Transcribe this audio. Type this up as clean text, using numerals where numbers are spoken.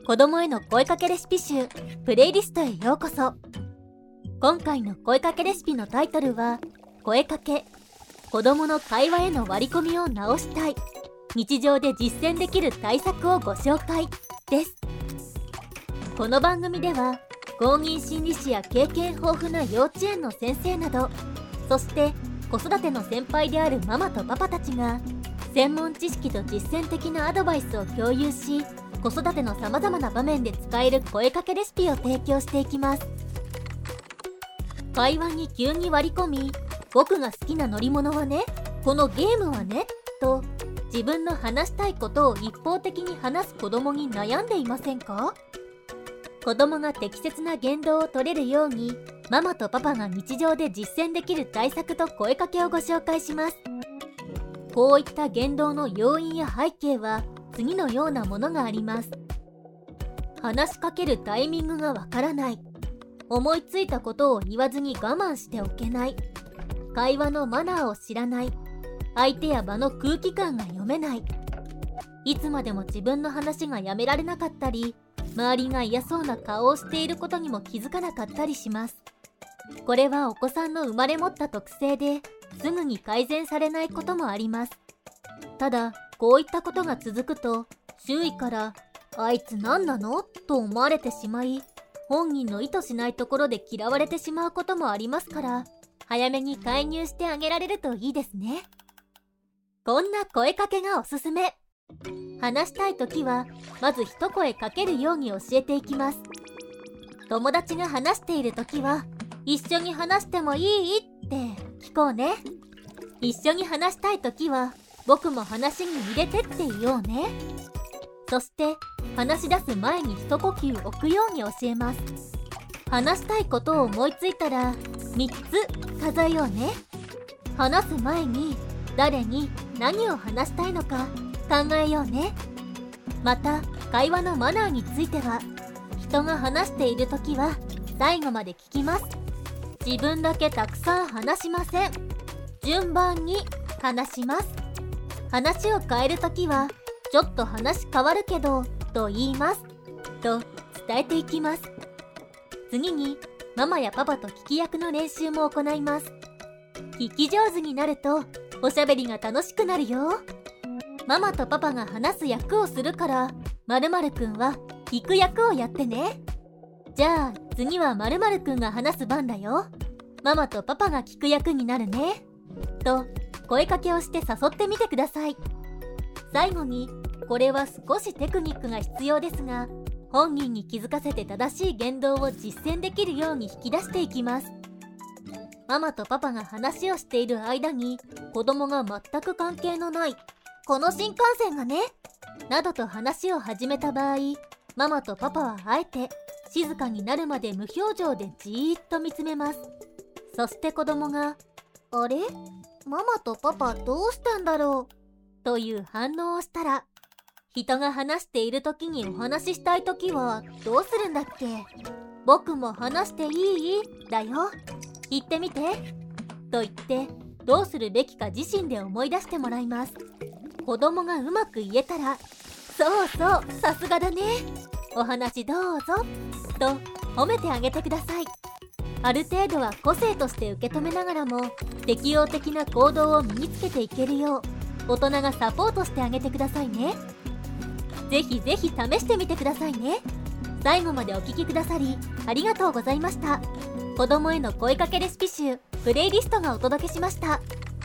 子供への声かけレシピ集プレイリストへようこそ。今回の声かけレシピのタイトルは声かけ、子供の会話への割り込みを直したい、日常で実践できる対策をご紹介です。この番組では公認心理師や経験豊富な幼稚園の先生など、そして子育ての先輩であるママとパパたちが専門知識と実践的なアドバイスを共有し、子育てのさまざまな場面で使える声かけレシピを提供していきます。会話に急に割り込み、僕が好きな乗り物はね、このゲームはね、と自分の話したいことを一方的に話す子供に悩んでいませんか？子供が適切な言動を取れるように、ママとパパが日常で実践できる対策と声かけをご紹介します。こういった言動の要因や背景は次のようなものがあります。話しかけるタイミングがわからない。思いついたことを言わずに我慢しておけない。会話のマナーを知らない。相手や場の空気感が読めない。いつまでも自分の話がやめられなかったり、周りが嫌そうな顔をしていることにも気づかなかったりします。これはお子さんの生まれ持った特性ですぐに改善されないこともあります。ただ、こういったことが続くと、周囲からあいつ何なのと思われてしまい、本人の意図しないところで嫌われてしまうこともありますから、早めに介入してあげられるといいですね。こんな声かけがおすすめ。話したいときはまず一声かけるように教えていきます。友達が話しているときは、一緒に話してもいいって聞こうね。一緒に話したいときは、僕も話に入れてって言おうね。そして話し出す前に一呼吸置くように教えます。話したいことを思いついたら3つ数えようね。話す前に誰に何を話したいのか考えようね。また、会話のマナーについては、人が話しているときは最後まで聞きます。自分だけたくさん話しません。順番に話します。話を変えるときは、ちょっと話変わるけどと言いますと伝えていきます。次にママやパパと聞き役の練習も行います。聞き上手になるとおしゃべりが楽しくなるよ。ママとパパが話す役をするから、〇〇くんは聞く役をやってね。じゃあ次は〇〇くんが話す番だよ。ママとパパが聞く役になるねと声かけをして誘ってみてください。最後に、これは少しテクニックが必要ですが、本人に気づかせて正しい言動を実践できるように引き出していきます。ママとパパが話をしている間に、子供が全く関係のない、この新幹線がね、などと話を始めた場合、ママとパパはあえて静かになるまで無表情でじーっと見つめます。そして子供が、あれ？ママとパパどうしたんだろうという反応をしたら、人が話している時にお話ししたい時はどうするんだっけ？僕も話していい？だよ。言ってみて。と言って、どうするべきか自身で思い出してもらいます。子供がうまく言えたら、そうそう、さすがだね。お話どうぞ。と褒めてあげてください。ある程度は個性として受け止めながらも、適応的な行動を身につけていけるよう、大人がサポートしてあげてくださいね。ぜひぜひ試してみてくださいね。最後までお聞きくださりありがとうございました。子供への声かけレシピ集プレイリストがお届けしました。